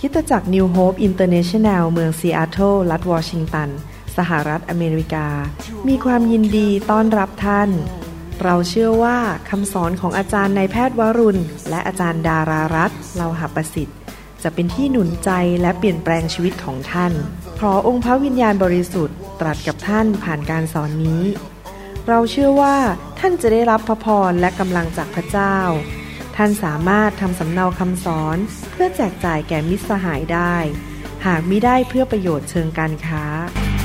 คริสตจักร New Hope International เมืองซีแอตเทิลรัฐวอชิงตันสหรัฐอเมริกามีความยินดีต้อนรับท่านเราเชื่อว่าคำสอนของอาจารย์นายแพทย์วรุณและอาจารย์ดารารัตน์เลาหประสิทธิ์จะเป็นที่หนุนใจและเปลี่ยนแปลงชีวิตของท่านขอองค์พระวิญญาณบริสุทธิ์ตรัสกับท่านผ่านการสอนนี้เราเชื่อว่าท่านจะได้รับพระพรและกำลังจากพระเจ้าท่านสามารถทำสำเนาคำสอนเพื่อแจกจ่ายแก่มิตรสหายได้หากมิได้เพื่อประโยชน์เชิงการค้า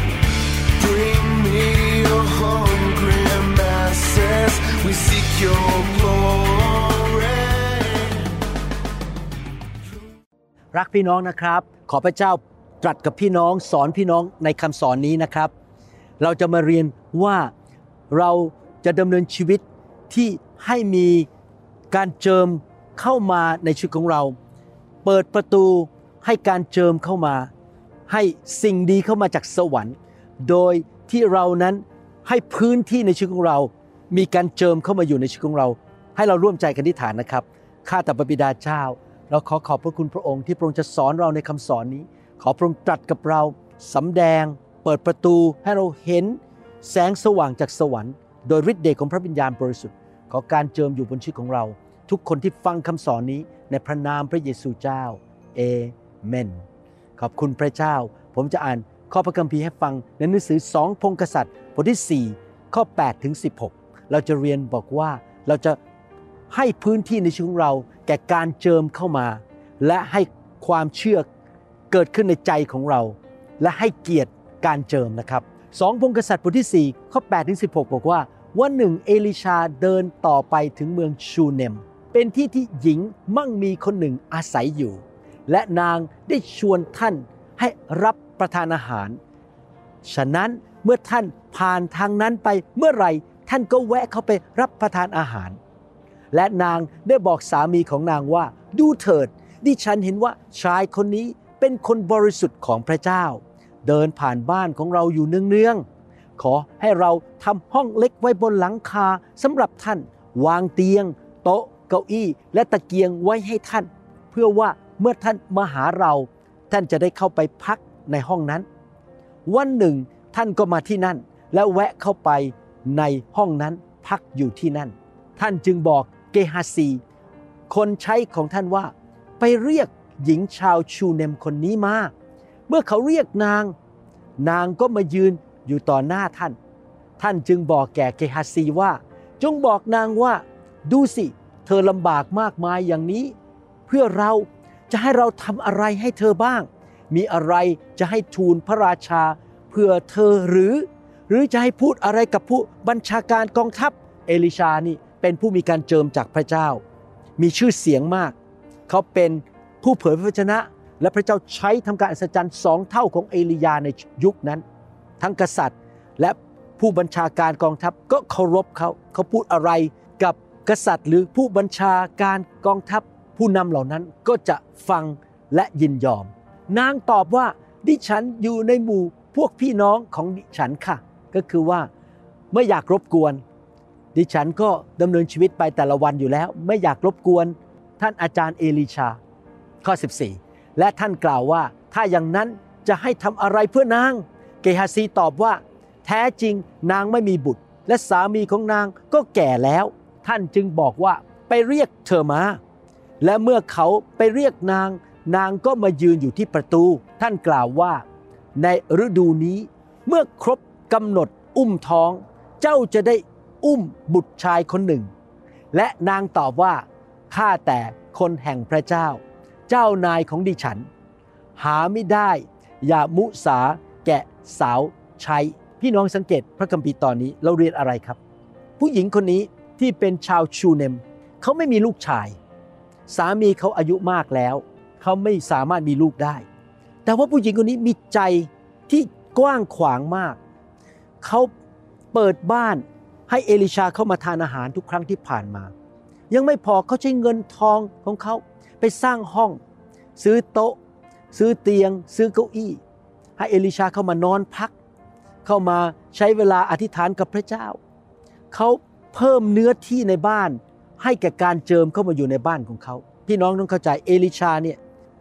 รักพี่น้องนะครับขอพระเจ้าตรัสกับพี่น้องสอนพี่น้องในคำสอนนี้นะครับเราจะมาเรียนว่าเราจะดำเนินชีวิตที่ให้มีการเจิมเข้ามาในชีวิตของเราเปิดประตูให้การเจิมเข้ามาให้สิ่งดีเข้ามาจากสวรรค์โดยที่เรานั้นให้พื้นที่ในชีวิตของเรามีการเจิมเข้ามาอยู่ในชีวิตของเราให้เราร่วมใจกันอธิษฐานนะครับข้าแต่พระบิดาเจ้าเราขอบพระคุณพระองค์ที่พระองค์จะสอนเราในคำสอนนี้ขอพระองค์ตรัสกับเราสำแดงเปิดประตูให้เราเห็นแสงสว่างจากสวรรค์โดยฤทธิ์เดชของพระวิญญาณบริสุทธิ์ขอการเจิมอยู่บนชีวิตของเราทุกคนที่ฟังคำสอนนี้ในพระนามพระเยซูเจ้าเอเมนขอบคุณพระเจ้าผมจะอ่านข้อพระคัมภีร์ให้ฟังในหนังสือ2พงศ์กษัตริย์บทที่4ข้อ8ถึง16เราจะเรียนบอกว่าเราจะให้พื้นที่ในชีวิตของเราแก่การเจิมเข้ามาและให้ความเชื่อเกิดขึ้นในใจของเราและให้เกียรติการเจิมนะครับ2พงศ์กษัตริย์บทที่4ข้อ8ถึง16บอกว่าวันหนึ่งเอลิชาเดินต่อไปถึงเมืองชูเนมเป็นที่ที่หญิงมั่งมีคนหนึ่งอาศัยอยู่และนางได้ชวนท่านให้รับประทานอาหารฉะนั้นเมื่อท่านผ่านทางนั้นไปเมื่อไหร่ท่านก็แวะเข้าไปรับประทานอาหารและนางได้บอกสามีของนางว่าดูเถิดดิฉันเห็นว่าชายคนนี้เป็นคนบริสุทธิ์ของพระเจ้าเดินผ่านบ้านของเราอยู่เนืองๆขอให้เราทำห้องเล็กไว้บนหลังคาสำหรับท่านวางเตียงโต๊ะเก้าอี้และตะเกียงไว้ให้ท่านเพื่อว่าเมื่อท่านมาหาเราท่านจะได้เข้าไปพักในห้องนั้นวันหนึ่งท่านก็มาที่นั่นและแวะเข้าไปในห้องนั้นพักอยู่ที่นั่นท่านจึงบอกเกฮาซีคนใช้ของท่านว่าไปเรียกหญิงชาวชูเนมคนนี้มาเมื่อเขาเรียกนางก็มายืนอยู่ต่อหน้าท่านจึงบอกแก่เกฮาซีว่าจงบอกนางว่าดูสิเธอลำบากมากมายอย่างนี้เพื่อเราจะให้เราทำอะไรให้เธอบ้างมีอะไรจะให้ทูลพระราชาเพื่อเธอหรือจะให้พูดอะไรกับผู้บัญชาการกองทัพเอลิชานี่เป็นผู้มีการเจิมจากพระเจ้ามีชื่อเสียงมากเขาเป็นผู้เผยพระวจนะและพระเจ้าใช้ทำการอัศจรรย์2 เท่าของเอลียาในยุคนั้นทั้งกษัตริย์และผู้บัญชาการกองทัพก็เคารพเขาพูดอะไรกับกษัตริย์หรือผู้บัญชาการกองทัพผู้นำเหล่านั้นก็จะฟังและยินยอมนางตอบว่าดิฉันอยู่ในหมู่พวกพี่น้องของดิฉันค่ะก็คือว่าไม่อยากรบกวนดิฉันก็ดำเนินชีวิตไปแต่ละวันอยู่แล้วไม่อยากรบกวนท่านอาจารย์เอลิชาข้อ14และท่านกล่าวว่าถ้าอย่างนั้นจะให้ทำอะไรเพื่อนางเกฮาซีตอบว่าแท้จริงนางไม่มีบุตรและสามีของนางก็แก่แล้วท่านจึงบอกว่าไปเรียกเธอมาและเมื่อเขาไปเรียกนางก็มายืนอยู่ที่ประตูท่านกล่าวว่าในฤดูนี้เมื่อครบกำหนดอุ้มท้องเจ้าจะได้อุ้มบุตรชายคนหนึ่งและนางตอบว่าข้าแต่คนแห่งพระเจ้าเจ้านายของดิฉันหาไม่ได้อย่ามุสาแกะสาวใช้พี่น้องสังเกตพระคัมภีร์ตอนนี้เราเรียนอะไรครับผู้หญิงคนนี้ที่เป็นชาวชูเนมเขาไม่มีลูกชายสามีเขาอายุมากแล้วเขาไม่สามารถมีลูกได้แต่ว่าผู้หญิงคนนี้มีใจที่กว้างขวางมากเขาเปิดบ้านให้เอลิชาเข้ามาทานอาหารทุกครั้งที่ผ่านมายังไม่พอเขาใช้เงินทองของเขาไปสร้างห้องซื้อโต๊ะซื้อเตียงซื้อเก้าอี้ให้เอลิชาเข้ามานอนพักเข้ามาใช้เวลาอธิษฐานกับพระเจ้าเขาเพิ่มเนื้อที่ในบ้านให้แก่การเจิมเข้ามาอยู่ในบ้านของเขาพี่น้องต้องเข้าใจเอลิชาเนี่ย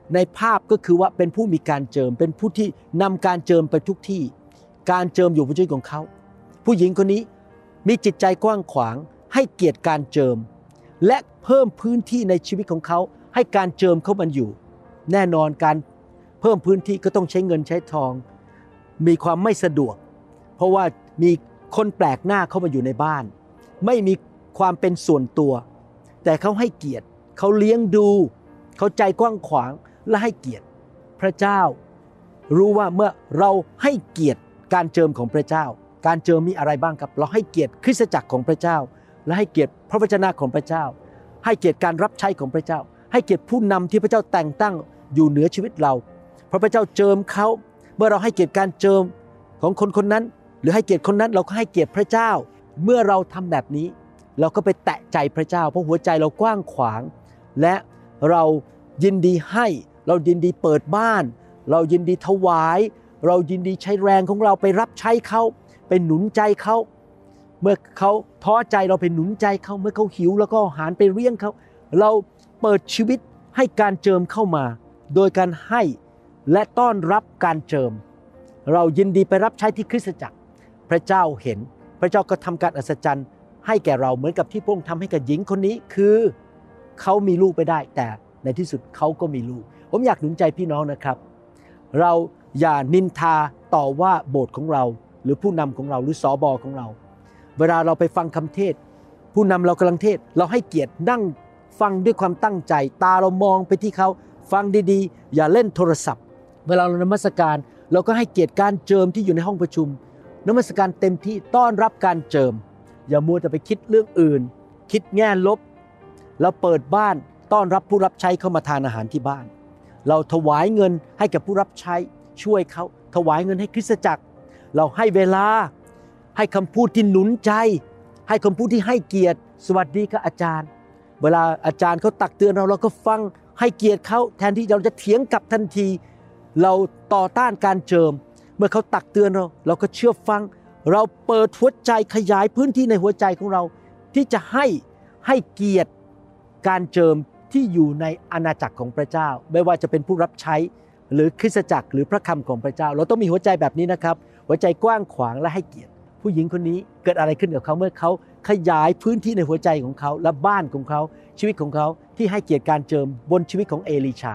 ในภาพก็คือว่าเป็นผู้มีการเจิมเป็นผู้ที่นำการเจิมไปทุกที่การเจิมอยู่บนชีวิตของเขาผู้หญิงคนนี้มีจิตใจกว้างขวางให้เกียรติการเจิมและเพิ่มพื้นที่ในชีวิตของเขาให้การเจิมเข้ามันอยู่แน่นอนการเพิ่มพื้นที่ก็ต้องใช้เงินใช้ทองมีความไม่สะดวกเพราะว่ามีคนแปลกหน้าเข้ามาอยู่ในบ้านไม่มีความเป็นส่วนตัวแต่เขาให้เกียรติเขาเลี้ยงดูเขาใจกว้างขวางและให้เกียรติพระเจ้ารู้ว่าเมื่อเราให้เกียรติการเจิมของพระเจ้าการเจิมมีอะไรบ้างครับเราให้เกียรติคริสตจักรของพระเจ้าและให้เกียรติพระวจนะของพระเจ้าให้เกียรติการรับใช้ของพระเจ้าให้เกียรติผู้นำที่พระเจ้าแต่งตั้งอยู่เหนือชีวิตเราเพราะพระเจ้าเจิมเขาเมื่อเราให้เกียรติการเจิมของคนคนนั้นหรือให้เกียรติคนนั้นเราก็ให้เกียรติพระเจ้าเมื่อเราทำแบบนี้เราก็ไปแตะใจพระเจ้าเพราะหัวใจเรากว้างขวางและเรายินดีให้เรายินดีเปิดบ้านเรายินดีถวายเรายินดีใช้แรงของเราไปรับใช้เขาไปหนุนใจเขาเมื่อเขาท้อใจเราไปหนุนใจเขาเมื่อเขาหิวแล้วก็หารไปเลี้ยงเขาเราเปิดชีวิตให้การเจิมเข้ามาโดยการให้และต้อนรับการเจิมเรายินดีไปรับใช้ที่คริสตจักรพระเจ้าเห็นพระเจ้าก็ทำการอัศจรรย์ให้แก่เราเหมือนกับที่พระองค์ทำให้กับหญิงคนนี้คือเขามีลูกไปได้แต่ในที่สุดเขาก็มีลูกผมอยากหนุนใจพี่น้องนะครับเราอย่านินทาต่อว่าโบสถ์ของเราหรือผู้นำของเราหรือสบของเราเวลาเราไปฟังคำเทศผู้นำเรากำลังเทศเราให้เกียรตินั่งฟังด้วยความตั้งใจตาเรามองไปที่เขาฟังดีๆอย่าเล่นโทรศัพท์เวลาเรานมัสการเราก็ให้เกียรติการเจิมที่อยู่ในห้องประชุมนมัสการเต็มที่ต้อนรับการเจิมอย่ามัวแต่ไปคิดเรื่องอื่นคิดแง่ลบเราเปิดบ้านต้อนรับผู้รับใช้เข้ามาทานอาหารที่บ้านเราถวายเงินให้กับผู้รับใช้ช่วยเขาถวายเงินให้คริสตจักรเราให้เวลาให้คำพูดที่หนุนใจให้คำพูดที่ให้เกียรติสวัสดีครับอาจารย์เวลาอาจารย์เขาตักเตือนเราก็ฟังให้เกียรติเขาแทนที่เราจะเถียงกลับทันทีเราต่อต้านการเจิมเมื่อเขาตักเตือนเราก็เชื่อฟังเราเปิดหัวใจขยายพื้นที่ในหัวใจของเราที่จะให้เกียรติการเจิมที่อยู่ในอาณาจักรของพระเจ้าไม่ว่าจะเป็นผู้รับใช้หรือคริสตจักรหรือพระคำของพระเจ้าเราต้องมีหัวใจแบบนี้นะครับหัวใจกว้างขวางและให้เกียรติผู้หญิงคนนี้เกิดอะไรขึ้นกับเขาเมื่อเขาขยายพื้นที่ในหัวใจของเขาและบ้านของเขาชีวิตของเขาที่ให้เกียรติการเจิมบนชีวิตของเอลีชา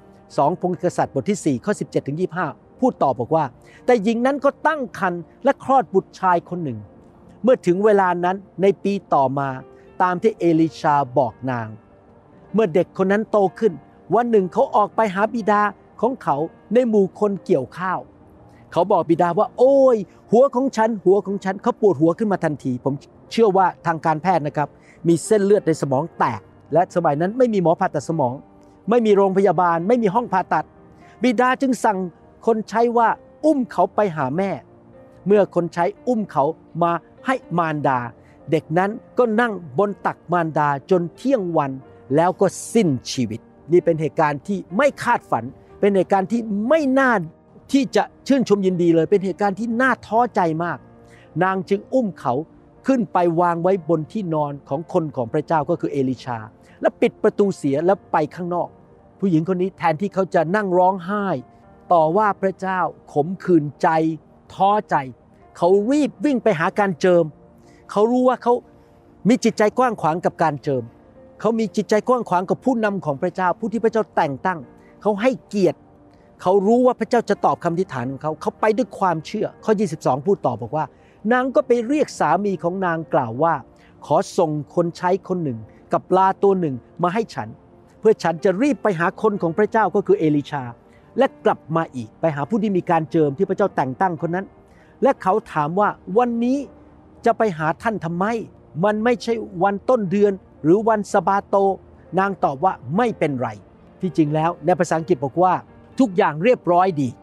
2 พงศกษัตริย์บทที่4ข้อ17ถึง25พูดต่อบอกว่าแต่หญิงนั้นก็ตั้งครรภ์และคลอดบุตรชายคนหนึ่งเมื่อถึงเวลานั้นในปีต่อมาตามที่เอลีชาบอกนางเมื่อเด็กคนนั้นโตขึ้นวันหนึ่งเขาออกไปหาบิดาของเขาในหมู่คนเกี่ยวข้าวเขาบอกบิดาว่าโอ้ยหัวของฉันเขาปวดหัวขึ้นมาทันทีผมเชื่อว่าทางการแพทย์นะครับมีเส้นเลือดในสมองแตกและสมัยนั้นไม่มีหมอผ่าตัดสมองไม่มีโรงพยาบาลไม่มีห้องผ่าตัดบิดาจึงสั่งคนใช้ว่าอุ้มเขาไปหาแม่เมื่อคนใช้อุ้มเขามาให้มารดาเด็กนั้นก็นั่งบนตักมารดาจนเที่ยงวันแล้วก็สิ้นชีวิตนี่เป็นเหตุการณ์ที่ไม่คาดฝันเป็นเหตุการณ์ที่ไม่น่าที่จะชื่นชมยินดีเลยเป็นเหตุการณ์ที่น่าท้อใจมากนางจึงอุ้มเขาขึ้นไปวางไว้บนที่นอนของคนของพระเจ้าก็คือเอลิชาและปิดประตูเสียแล้วไปข้างนอกผู้หญิงคนนี้แทนที่เขาจะนั่งร้องไห้ต่อว่าพระเจ้าขมขื่นใจท้อใจเขารีบวิ่งไปหาการเจิมเขารู้ว่าเขามีจิตใจกว้างขวางกับการเจิมเขามีจิตใจกว้างขวางกับผู้นำของพระเจ้าผู้ที่พระเจ้าแต่งตั้งเขาให้เกียรติเขารู้ว่าพระเจ้าจะตอบคำอธิษฐานของเขาเขาไปด้วยความเชื่อข้อ22พูดต่อบอกว่านางก็ไปเรียกสามีของนางกล่าวว่าขอส่งคนใช้คนหนึ่งกับปลาตัวหนึ่งมาให้ฉันเพื่อฉันจะรีบไปหาคนของพระเจ้าก็คือเอลิชาและกลับมาอีกไปหาผู้ที่มีการเจิมที่พระเจ้าแต่งตั้งคนนั้นและเขาถามว่าวันนี้จะไปหาท่านทำไมมันไม่ใช่วันต้นเดือนหรือวันสะบาโตนางตอบว่าไม่เป็นไรที่จริงแล้วในภาษาอังกฤษบอกว่าทุกอย่างเรียบร้อยดี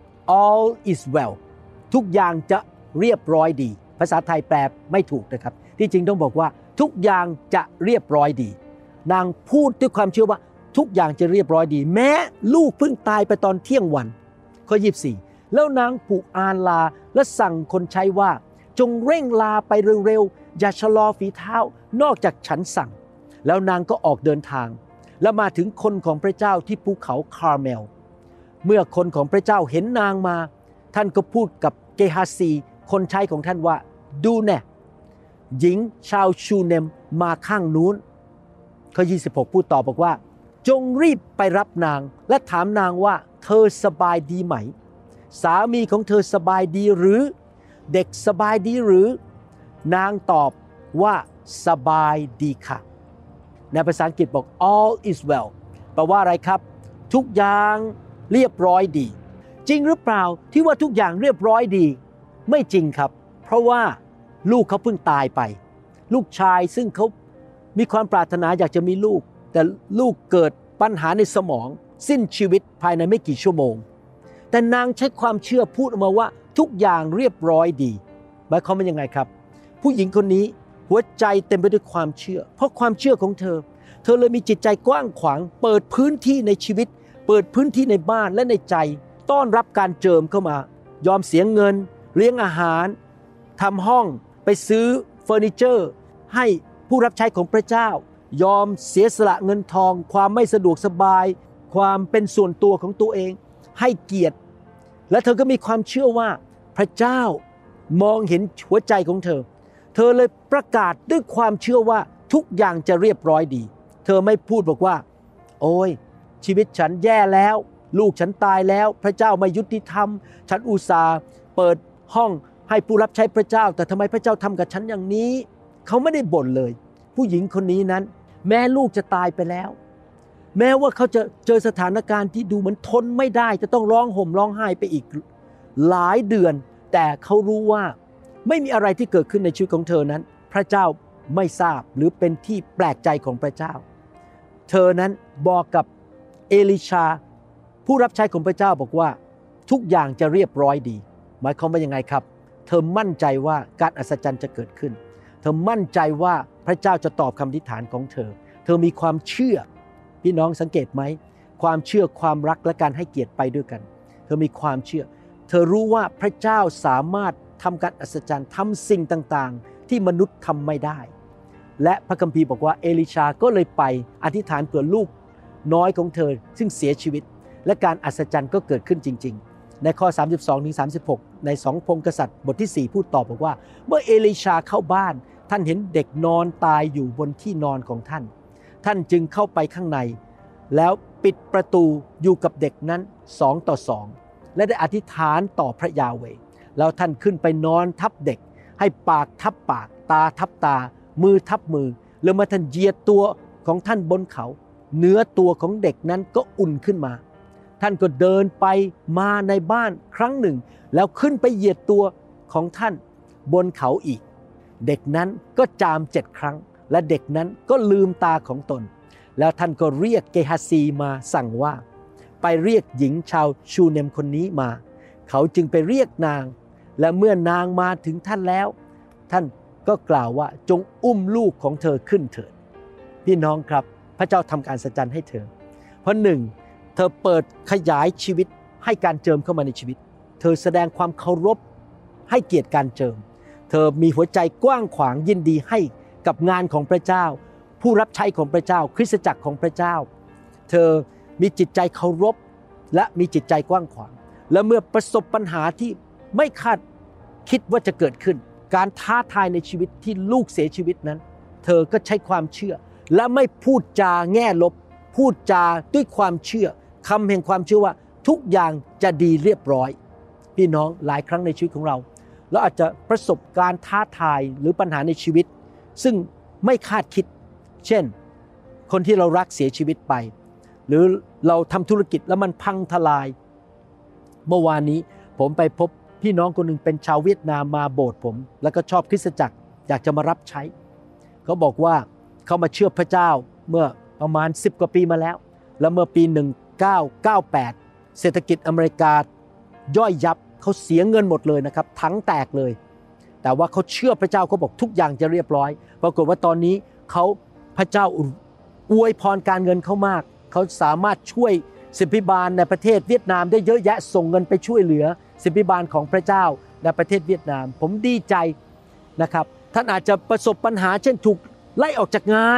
all is well ทุกอย่างจะเรียบร้อยดีภาษาไทยแปลไม่ถูกนะครับที่จริงต้องบอกว่าทุกอย่างจะเรียบร้อยดีนางพูดด้วยความเชื่อว่าทุกอย่างจะเรียบร้อยดีแม้ลูกเพิ่งตายไปตอนเที่ยงวันข้อ24แล้วนางผูกอานลาและสั่งคนใช้ว่าจงเร่งลาไปเร็วๆอย่าชะลอฝีเท้านอกจากฉันสั่งแล้วนางก็ออกเดินทางและมาถึงคนของพระเจ้าที่ภูเขาคาร์เมลเมื่อคนของพระเจ้าเห็นนางมาท่านก็พูดกับเกฮาซีคนใช้ของท่านว่าดูแน่หญิงชาวชูเนมมาข้างนู้นข้อ26พูดต่อบอกว่าจงรีบไปรับนางและถามนางว่าเธอสบายดีไหมสามีของเธอสบายดีหรือเด็กสบายดีหรือนางตอบว่าสบายดีค่ะในภาษาอังกฤษบอก all is well แปลว่าอะไรครับทุกอย่างเรียบร้อยดีจริงหรือเปล่าที่ว่าทุกอย่างเรียบร้อยดีไม่จริงครับเพราะว่าลูกเขาเพิ่งตายไปลูกชายซึ่งเขามีความปรารถนาอยากจะมีลูกแต่ลูกเกิดปัญหาในสมองสิ้นชีวิตภายในไม่กี่ชั่วโมงแต่นางใช้ความเชื่อพูดออกมาว่าทุกอย่างเรียบร้อยดีหมายความว่ายังไงครับผู้หญิงคนนี้หัวใจเต็มไปด้วยความเชื่อเพราะความเชื่อของเธอเลยมีจิตใจกว้างขวางเปิดพื้นที่ในชีวิตเปิดพื้นที่ในบ้านและในใจต้อนรับการเจิมเข้ามายอมเสียเงินเลี้ยงอาหารทำห้องไปซื้อเฟอร์นิเจอร์ให้ผู้รับใช้ของพระเจ้ายอมเสียสละเงินทองความไม่สะดวกสบายความเป็นส่วนตัวของตัวเองให้เกียรติและเธอก็มีความเชื่อว่าพระเจ้ามองเห็นหัวใจของเธอเลยประกาศด้วยความเชื่อว่าทุกอย่างจะเรียบร้อยดีเธอไม่พูดบอกว่าโอ้ยชีวิตฉันแย่แล้วลูกฉันตายแล้วพระเจ้าไม่ยุติธรรมฉันอุตส่าห์เปิดห้องให้ผู้รับใช้พระเจ้าแต่ทำไมพระเจ้าทำกับฉันอย่างนี้เขาไม่ได้บ่นเลยผู้หญิงคนนี้นั้นแม้ลูกจะตายไปแล้วแม้ว่าเขาจะเจอสถานการณ์ที่ดูเหมือนทนไม่ได้จะต้องร้องห่มร้องไห้ไปอีกหลายเดือนแต่เขารู้ว่าไม่มีอะไรที่เกิดขึ้นในชีวิตของเธอนั้นพระเจ้าไม่ทราบหรือเป็นที่แปลกใจของพระเจ้าเธอนั้นบอกกับเอลิชาผู้รับใช้ของพระเจ้าบอกว่าทุกอย่างจะเรียบร้อยดีหมายความว่ายังไงครับเธอมั่นใจว่าการอัศจรรย์จะเกิดขึ้นเธอมั่นใจว่าพระเจ้าจะตอบคำอธิษฐานของเธอมีความเชื่อพี่น้องสังเกตไหมความเชื่อความรักและการให้เกียรติไปด้วยกันเธอมีความเชื่อเธอรู้ว่าพระเจ้าสามารถทำการอัศจรรย์ทำสิ่งต่างๆที่มนุษย์ทำไม่ได้และพระคัมภีร์บอกว่าเอลิชาก็เลยไปอธิษฐานเผื่อลูกน้อยของเธอซึ่งเสียชีวิตและการอัศจรรย์ก็เกิดขึ้นจริงๆในข้อ 32-36 ใน2 พงศ์กษัตริย์บทที่4พูดต่อบอกว่าเมื่อเอลิชาเข้าบ้านท่านเห็นเด็กนอนตายอยู่บนที่นอนของท่านจึงเข้าไปข้างในแล้วปิดประตูอยู่กับเด็กนั้น2-2และได้อธิษฐานต่อพระยาเวห์แล้วท่านขึ้นไปนอนทับเด็กให้ปากทับปากตาทับตามือทับมือแล้วเมื่อท่านเหยียดตัวของท่านบนเขาเนื้อตัวของเด็กนั้นก็อุ่นขึ้นมาท่านก็เดินไปมาในบ้านครั้งหนึ่งแล้วขึ้นไปเหยียดตัวของท่านบนเขาอีกเด็กนั้นก็จาม7 ครั้งและเด็กนั้นก็ลืมตาของตนแล้วท่านก็เรียกเกฮาซีมาสั่งว่าไปเรียกหญิงชาวชูเนมคนนี้มาเขาจึงไปเรียกนางและเมื่อนางมาถึงท่านแล้วท่านก็กล่าวว่าจงอุ้มลูกของเธอขึ้นเถิดพี่น้องครับพระเจ้าทำการอัศจรรย์ให้เธอเพราะ1เธอเปิดขยายชีวิตให้การเจิมเข้ามาในชีวิตเธอแสดงความเคารพให้เกียรติการเจิมเธอมีหัวใจกว้างขวางยินดีให้กับงานของพระเจ้าผู้รับใช้ของพระเจ้าคริสตจักรของพระเจ้าเธอมีจิตใจเคารพและมีจิตใจกว้างขวางและเมื่อประสบปัญหาที่ไม่คาดคิดว่าจะเกิดขึ้นการท้าทายในชีวิตที่ลูกเสียชีวิตนั้นเธอก็ใช้ความเชื่อและไม่พูดจาแง่ลบพูดจาด้วยความเชื่อคำแห่งความเชื่อว่าทุกอย่างจะดีเรียบร้อยพี่น้องหลายครั้งในชีวิตของเราอาจจะประสบการท้าทายหรือปัญหาในชีวิตซึ่งไม่คาดคิดเช่นคนที่เรารักเสียชีวิตไปหรือเราทำธุรกิจแล้วมันพังทลายเมื่อวานนี้ผมไปพบพี่น้องคนหนึ่งเป็นชาวเวียดนามมาโบสถ์ผมแล้วก็ชอบคริสตจักรอยากจะมารับใช้เขาบอกว่าเขามาเชื่อพระเจ้าเมื่อประมาณ10 กว่าปีมาแล้วเมื่อปี1998เศรษฐกิจอเมริกาย่อยยับเขาเสียเงินหมดเลยนะครับทั้งแตกเลยแต่ว่าเขาเชื่อพระเจ้าเขาบอกทุกอย่างจะเรียบร้อยปรากฏว่าตอนนี้พระเจ้าอวยพรการเงินเขามากเขาสามารถช่วยศิษย์พิบาลในประเทศเวียดนามได้เยอะแยะส่งเงินไปช่วยเหลือศิษย์พิบาลของพระเจ้าในประเทศเวียดนามผมดีใจนะครับท่านอาจจะประสบปัญหาเช่นถูกไล่ออกจากงาน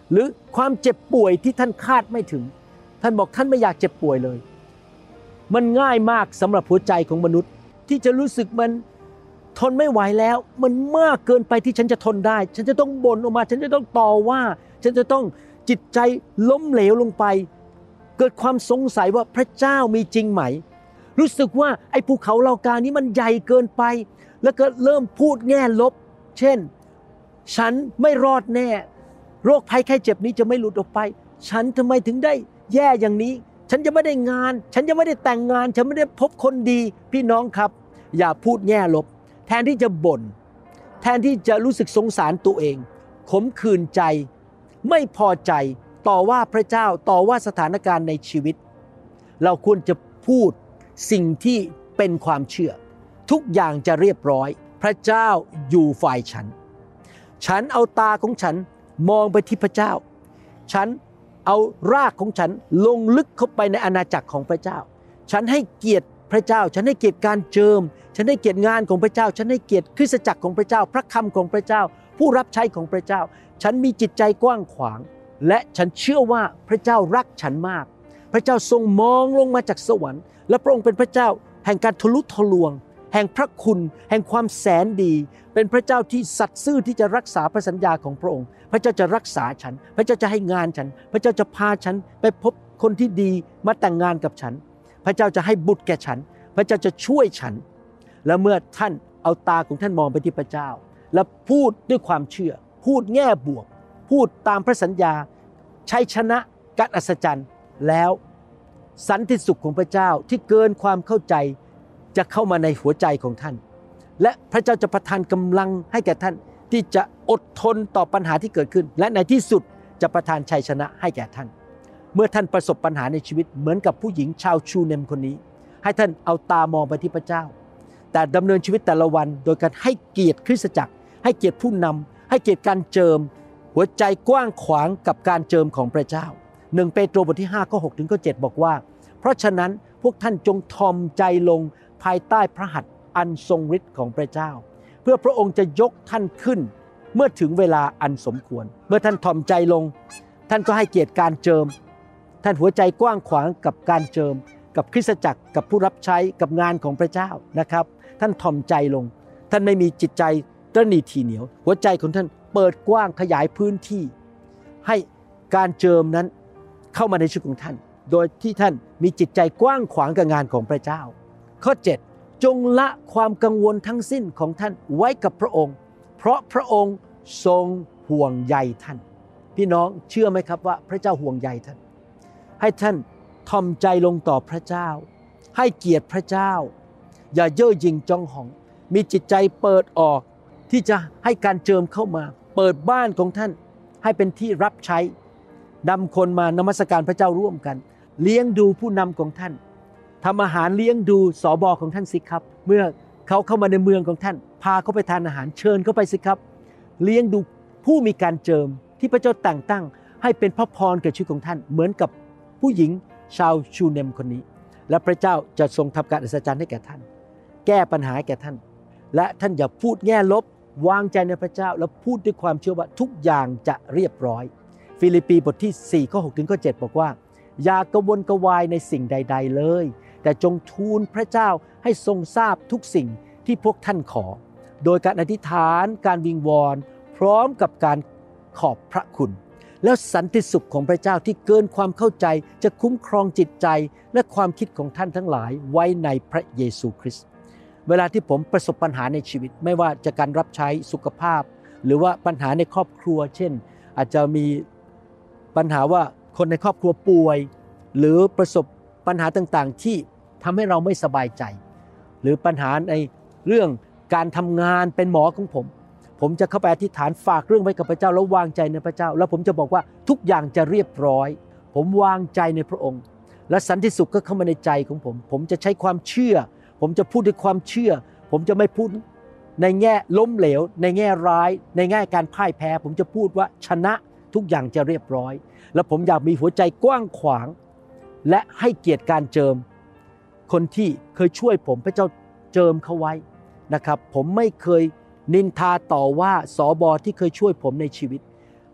หรือความเจ็บป่วยที่ท่านคาดไม่ถึงท่านบอกท่านไม่อยากเจ็บป่วยเลยมันง่ายมากสำหรับหัวใจของมนุษย์ที่จะรู้สึกมันทนไม่ไหวแล้วมันมากเกินไปที่ฉันจะทนได้ฉันจะต้องบ่นออกมาฉันจะต้องต่อว่าฉันจะต้องจิตใจล้มเหลวลงไปเกิดความสงสัยว่าพระเจ้ามีจริงไหมรู้สึกว่าไอ้ภูเขาเหล่ากานี้มันใหญ่เกินไปแล้วก็เริ่มพูดแง่ลบเช่นฉันไม่รอดแน่โรคภัยไข้เจ็บนี้จะไม่หลุดออกไปฉันทำไมถึงได้แย่อย่างนี้ฉันจะไม่ได้งานฉันจะไม่ได้แต่งงานฉันไม่ได้พบคนดีพี่น้องครับอย่าพูดแง่ลบแทนที่จะบ่นแทนที่จะรู้สึกสงสารตัวเองขมขื่นใจไม่พอใจต่อว่าพระเจ้าต่อว่าสถานการณ์ในชีวิตเราควรจะพูดสิ่งที่เป็นความเชื่อทุกอย่างจะเรียบร้อยพระเจ้าอยู่ฝ่ายฉันเอาตาของฉันมองไปที่พระเจ้าฉันเอารากของฉันลงลึกเข้าไปในอาณาจักรของพระเจ้าฉันให้เกียรติพระเจ้าฉันให้เกียรติการเจิมฉันให้เกียรติงานของพระเจ้าฉันให้เกียรติคริสตจักรของพระเจ้าพระคำของพระเจ้าผู้รับใช้ของพระเจ้าฉันมีจิตใจกว้างขวางและฉันเชื่อว่าพระเจ้ารักฉันมากพระเจ้าทรงมองลงมาจากสวรรค์และพระองค์เป็นพระเจ้าแห่งการทะลุทะลวงแห่งพระคุณแห่งความแสนดีเป็นพระเจ้าที่สัตย์ซื่อที่จะรักษาพระสัญญาของพระองค์พระเจ้าจะรักษาฉันพระเจ้าจะให้งานฉันพระเจ้าจะพาฉันไปพบคนที่ดีมาแต่งงานกับฉันพระเจ้าจะให้บุตรแก่ฉันพระเจ้าจะช่วยฉันและเมื่อท่านเอาตาของท่านมองไปที่พระเจ้าและพูดด้วยความเชื่อพูดแง่บวกพูดตามพระสัญญาชัยชนะการอัศจรรย์แล้วสันติสุขของพระเจ้าที่เกินความเข้าใจจะเข้ามาในหัวใจของท่านและพระเจ้าจะประทานกำลังให้แก่ท่านที่จะอดทนต่อปัญหาที่เกิดขึ้นและในที่สุดจะประทานชัยชนะให้แก่ท่านเมื่อท่านประสบปัญหาในชีวิตเหมือนกับผู้หญิงชาวชูเนมคนนี้ให้ท่านเอาตามองไปที่พระเจ้าแต่ดำเนินชีวิตแต่ละวันโดยการให้เกียรติคริสตจักรให้เกียรติผู้นำให้เกียรติการเจิมหัวใจกว้างขวางกับการเจิมของพระเจ้า1เปโตรบทที่5ข้อ6ถึงข้อ7บอกว่าเพราะฉะนั้นพวกท่านจงทอมใจลงภายใต้พระหัตถ์อันทรงฤทธิ์ของพระเจ้าเพื่อพระองค์จะยกท่านขึ้นเมื่อถึงเวลาอันสมควรเมื่อท่านทอมใจลงท่านก็ให้เกียรติการเจิมท่านหัวใจกว้างขวางกับการเจิมกับคริสตจักรกับผู้รับใช้กับงานของพระเจ้านะครับท่านทอมใจลงท่านไม่มีจิตใจตระหนี่ถี่เหนียวหัวใจของท่านเปิดกว้างขยายพื้นที่ให้การเจิมนั้นเข้ามาในชีวิตของท่านโดยที่ท่านมีจิตใจกว้างขวางกับงานของพระเจ้าข้อ7จงละความกังวลทั้งสิ้นของท่านไว้กับพระองค์เพราะพระองค์ทรงห่วงใยท่านพี่น้องเชื่อไหมครับว่าพระเจ้าห่วงใยท่านให้ท่านทอมใจลงต่อพระเจ้าให้เกียรติพระเจ้าอย่าเย่อหยิ่งจองหองมีจิตใจเปิดออกที่จะให้การเจิมเข้ามาเปิดบ้านของท่านให้เป็นที่รับใช้นำคนมานมัสการพระเจ้าร่วมกันเลี้ยงดูผู้นำของท่านทำอาหารเลี้ยงดูสบของท่านสิครับเมื่อเขาเข้ามาในเมืองของท่านพาเขาไปทานอาหารเชิญเขาไปสิครับเลี้ยงดูผู้มีการเจิมที่พระเจ้าแต่งตั้งให้เป็นพระพรแก่ชีวิตของท่านเหมือนกับผู้หญิงชาวชูเนมคนนี้และพระเจ้าจะทรงทำการอัศจรรย์ให้แก่ท่านแก้ปัญหาแก่ท่านและท่านอย่าพูดแง่ลบวางใจในพระเจ้าแล้วพูดด้วยความเชื่อว่าทุกอย่างจะเรียบร้อยฟิลิปปีบทที่4ข้อ6ถึงข้อ7บอกว่าอย่ากระวนกระวายในสิ่งใดๆเลยแต่จงทูลพระเจ้าให้ทรงทราบทุกสิ่งที่พวกท่านขอโดยการอธิษฐานการวิงวอนพร้อมกับการขอบพระคุณแล้วสันติสุขของพระเจ้าที่เกินความเข้าใจจะคุ้มครองจิตใจและความคิดของท่านทั้งหลายไว้ในพระเยซูคริสต์เวลาที่ผมประสบปัญหาในชีวิตไม่ว่าจะการรับใช้สุขภาพหรือว่าปัญหาในครอบครัวเช่นอาจจะมีปัญหาว่าคนในครอบครัวป่วยหรือประสบปัญหาต่างๆที่ทำให้เราไม่สบายใจหรือปัญหาในเรื่องการทำงานเป็นหมอของผมจะเข้าไปอธิษฐานฝากเรื่องไว้กับพระเจ้าแล้ววางใจในพระเจ้าแล้วผมจะบอกว่าทุกอย่างจะเรียบร้อยผมวางใจในพระองค์และสันติสุขก็เข้ามาในใจของผมจะใช้ความเชื่อผมจะพูดด้วยความเชื่อผมจะไม่พูดในแง่ล้มเหลวในแง่ร้ายในแง่การพ่ายแพ้ผมจะพูดว่าชนะทุกอย่างจะเรียบร้อยและผมอยากมีหัวใจกว้างขวางและให้เกียรติการเจิมคนที่เคยช่วยผมพระเจ้าเจิมเขาไว้นะครับผมไม่เคยนินทาต่อว่าสบที่เคยช่วยผมในชีวิต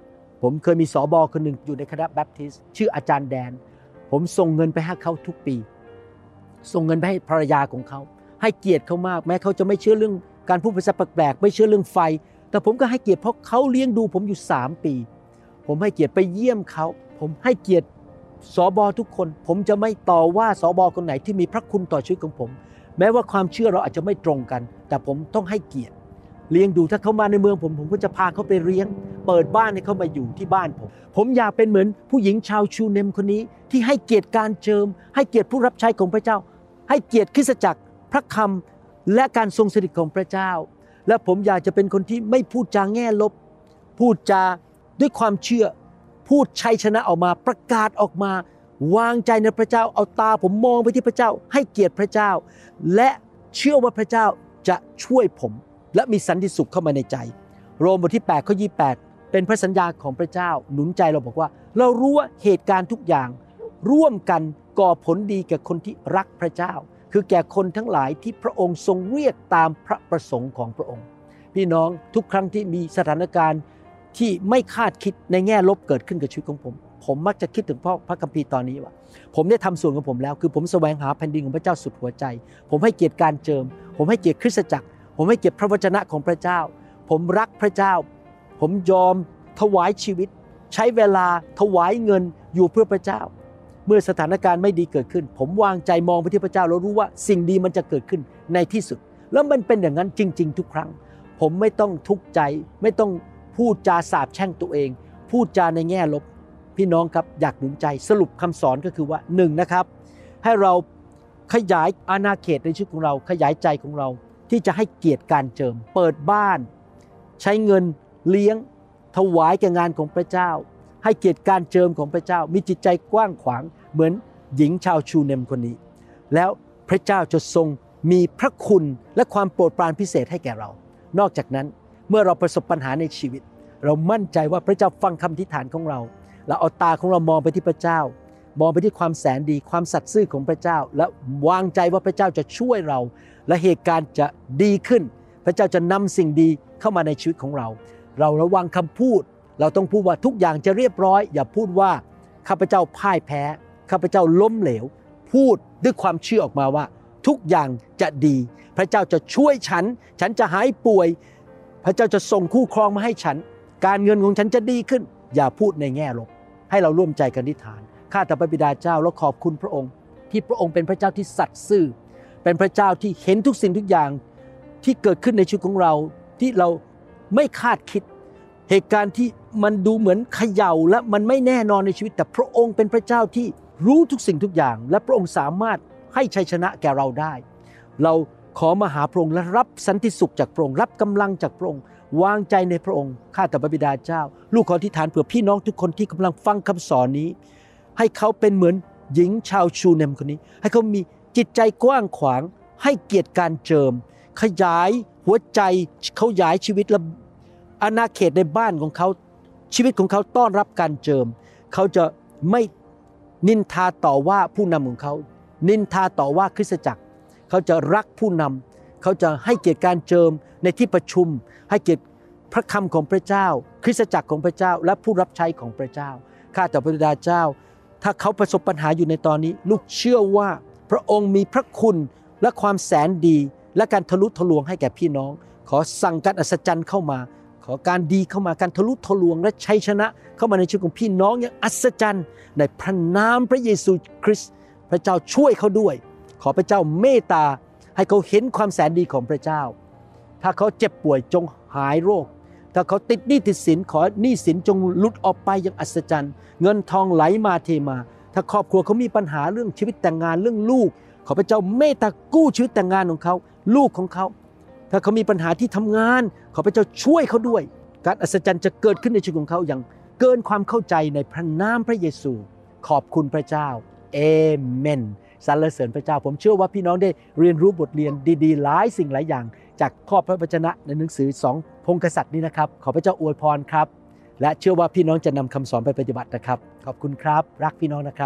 ผมเคยมีสบคนหนึ่งอยู่ในคณะแบปทิสต์ชื่ออาจารย์แดนผมส่งเงินไปให้เขาทุกปีส่งเงินไปให้ภรรยาของเขาให้เกียรติเขามากแม้เขาจะไม่เชื่อเรื่องการพูดภาษาแปลกๆไม่เชื่อเรื่องไฟแต่ผมก็ให้เกียรติเพราะเขาเลี้ยงดูผมอยู่3 ปีผมให้เกียรติไปเยี่ยมเขาผมให้เกียรติสบทุกคนผมจะไม่ต่อว่าสบคนไหนที่มีพระคุณต่อชีวิตของผมแม้ว่าความเชื่อเราอาจจะไม่ตรงกันแต่ผมต้องให้เกียรติเลี้ยงดูถ้าเขามาในเมืองผมก็จะพาเขาไปเลี้ยงเปิดบ้านให้เขามาอยู่ที่บ้านผมอยากเป็นเหมือนผู้หญิงชาวชูเนมคนนี้ที่ให้เกียรติการเจิมให้เกียรติผู้รับใช้ของพระเจ้าให้เกียรติคริสตจักรพระคำและการทรงสถิตของพระเจ้าและผมอยากจะเป็นคนที่ไม่พูดจาแง่ลบพูดจาด้วยความเชื่อพูดชัยชนะออกมาประกาศออกมาวางใจในพระเจ้าเอาตาผมมองไปที่พระเจ้าให้เกียรติพระเจ้าและเชื่อว่าพระเจ้าจะช่วยผมและมีสันติสุขเข้ามาในใจโรมบทที่8ข้อ28เป็นพระสัญญาของพระเจ้าหนุนใจเราบอกว่าเรารู้ว่าเหตุการณ์ทุกอย่างร่วมกันก่อผลดีแก่คนที่รักพระเจ้าคือแก่คนทั้งหลายที่พระองค์ทรงเรียกตามพระประสงค์ของพระองค์พี่น้องทุกครั้งที่มีสถานการณ์ที่ไม่คาดคิดในแง่ลบเกิดขึ้นกับชีวิตของผมมักจะคิดถึงพระคัมภีร์ตอนนี้ว่าผมได้ทำส่วนของผมแล้วคือผมแสวงหาแผ่นดินของพระเจ้าสุดหัวใจผมให้เกียรติการเจิมผมให้เกียรติคริสตจักรผมให้เกียรติพระวจนะของพระเจ้าผมรักพระเจ้าผมยอมถวายชีวิตใช้เวลาถวายเงินอยู่เพื่อพระเจ้าเมื่อสถานการณ์ไม่ดีเกิดขึ้นผมวางใจมองไปที่พระเจ้าแล้วรู้ว่าสิ่งดีมันจะเกิดขึ้นในที่สุดแล้วมันเป็นอย่างนั้นจริงๆทุกครั้งผมไม่ต้องทุกข์ใจไม่ต้องพูดจาสาปแช่งตัวเองพูดจาในแง่ลบพี่น้องครับอยากหนุนใจสรุปคำสอนก็คือว่า1นะครับให้เราขยายอาณาเขตในชีวิตของเราขยายใจของเราที่จะให้เกียรติการเจิมเปิดบ้านใช้เงินเลี้ยงถวายแก่งานของพระเจ้าให้เกียรติการเจิมของพระเจ้ามีจิตใจกว้างขวางเหมือนหญิงชาวชูเนมคนนี้แล้วพระเจ้าจะทรงมีพระคุณและความโปรดปรานพิเศษให้แก่เรานอกจากนั้นเมื่อเราประสบปัญหาในชีวิตเรามั่นใจว่าพระเจ้าฟังคำอธิษฐานของเราเราเอาตาของเรามองไปที่พระเจ้ามองไปที่ความแสนดีความสัตย์ซื่อของพระเจ้าและวางใจว่าพระเจ้าจะช่วยเราและเหตุการณ์จะดีขึ้นพระเจ้าจะนำสิ่งดีเข้ามาในชีวิตของเราเราระวังคำพูดเราต้องพูดว่าทุกอย่างจะเรียบร้อยอย่าพูดว่าข้าพเจ้าพ่ายแพ้ข้าพเจ้าล้มเหลวพูดด้วยความเชื่อออกมาว่าทุกอย่างจะดีพระเจ้าจะช่วยฉันจะหายป่วยพระเจ้าจะส่งคู่ครองมาให้ฉันการเงินของฉันจะดีขึ้นอย่าพูดในแง่ลบให้เราร่วมใจกันอธิษฐานข้าแต่พระบิดาเจ้าและขอบคุณพระองค์ที่พระองค์เป็นพระเจ้าที่สัตย์ซื่อเป็นพระเจ้าที่เห็นทุกสิ่งทุกอย่างที่เกิดขึ้นในชีวิตของเราที่เราไม่คาดคิดเหตุการณ์ที่มันดูเหมือนเขย่าและมันไม่แน่นอนในชีวิตแต่พระองค์เป็นพระเจ้าที่รู้ทุกสิ่งทุกอย่างและพระองค์สามารถให้ชัยชนะแก่เราได้เราขอมาหาพระองค์และรับสันติสุขจากพระองค์รับกำลังจากพระองค์วางใจในพระองค์ข้าแต่พระบิดาเจ้าลูกขออธิษฐานเผื่อพี่น้องทุกคนที่กำลังฟังคำสอนนี้ให้เขาเป็นเหมือนหญิงชาวชูเนมคนนี้ให้เขามีจิตใจกว้างขวางให้เกียรติการเจิมขยายหัวใจเขาขยายชีวิตและอาณาเขตในบ้านของเขาชีวิตของเขาต้อนรับการเจิมเขาจะไม่นินทาต่อว่าผู้นำของเขานินทาต่อว่าคริสตจักรเขาจะรักผู้นำเขาจะให้เกียรติการเจิมในที่ประชุมให้เกียรติพระคำของพระเจ้าคริสตจักรของพระเจ้าและผู้รับใช้ของพระเจ้าข้าแต่พระบิดาเจ้าถ้าเขาประสบปัญหาอยู่ในตอนนี้ลูกเชื่อว่าพระองค์มีพระคุณและความแสนดีและการทะลุทะลวงให้แก่พี่น้องขอสั่งการอัศจรรย์เข้ามาขอการดีเข้ามาการทะลุทะลวงและชัยชนะเข้ามาในชีวิตของพี่น้องอย่างอัศจรรย์ในพระนามพระเยซูคริสต์พระเจ้าช่วยเขาด้วยขอพระเจ้าเมตตาให้เขาเห็นความแสนดีของพระเจ้าถ้าเขาเจ็บป่วยจงหายโรคถ้าเขาติดหนี้ติดสินขอหนี้สินจงหลุดออกไปอย่างอัศจรรย์เงินทองไหลมาเทมาถ้าครอบครัวเขามีปัญหาเรื่องชีวิตแต่งงานเรื่องลูกขอพระเจ้าเมตตากู้ชีวิตแต่งงานของเขาลูกของเขาถ้าเขามีปัญหาที่ทำงานขอพระเจ้าช่วยเขาด้วยการอัศจรรย์จะเกิดขึ้นในชีวิตของเขาอย่างเกินความเข้าใจในพระนามพระเยซูขอบคุณพระเจ้าเอเมนสรรเสริญพระเจ้าผมเชื่อว่าพี่น้องได้เรียนรู้บทเรียนดีๆหลายสิ่งหลายอย่างจากข้อพระวจนะในหนังสือ2พงศ์กษัตริย์นี้นะครับขอพระเจ้าอวยพรครับและเชื่อว่าพี่น้องจะนำคำสอนไปปฏิบัตินะครับขอบคุณครับรักพี่น้องนะครับ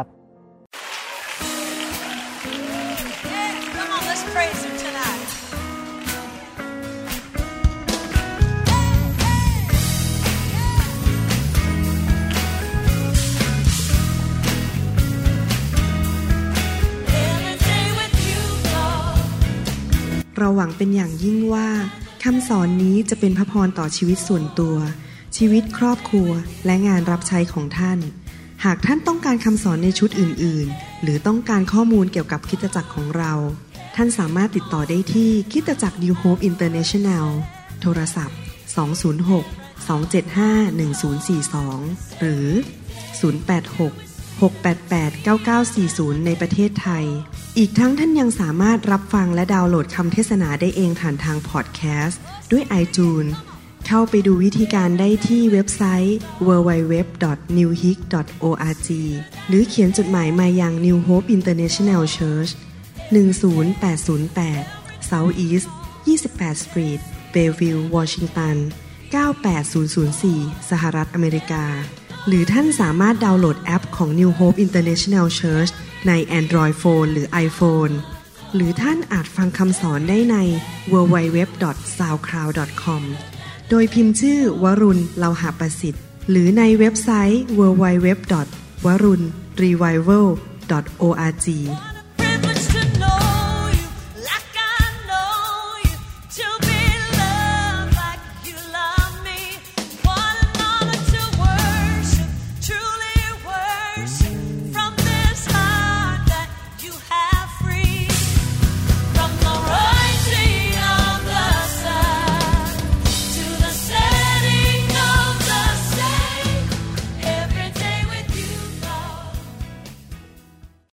Come on, let's praise him tonight. เราหวังเป็นอย่างยิ่งว่าคำสอนนี้จะเป็นพระพรต่อชีวิตส่วนตัวชีวิตครอบครัวและงานรับใช้ของท่านหากท่านต้องการคำสอนในชุดอื่นๆหรือต้องการข้อมูลเกี่ยวกับคริสตจักรของเราท่านสามารถติดต่อได้ที่คริสตจักร New Hope International โทรศัพท์206-275-1042 หรือ 086-688-9940 ในประเทศไทยอีกทั้งท่านยังสามารถรับฟังและดาวน์โหลดคำเทศนาได้เองผ่านทางพอดแคสต์ด้วย iTunes เข้าไปดูวิธีการได้ที่เว็บไซต์ www.newhope.org หรือเขียนจดหมายมายัง New Hope International Church 10808 South East 28 Street Bellevue Washington 98004 สหรัฐอเมริกาหรือท่านสามารถดาวน์โหลดแอปของ New Hope International Church ใน Android Phone หรือ iPhone หรือท่านอาจฟังคำสอนได้ใน www.soundcloud.com โดยพิมพ์ชื่อวรุณ เลาหะประสิทธิ์หรือในเว็บไซต์ www.warunrevival.org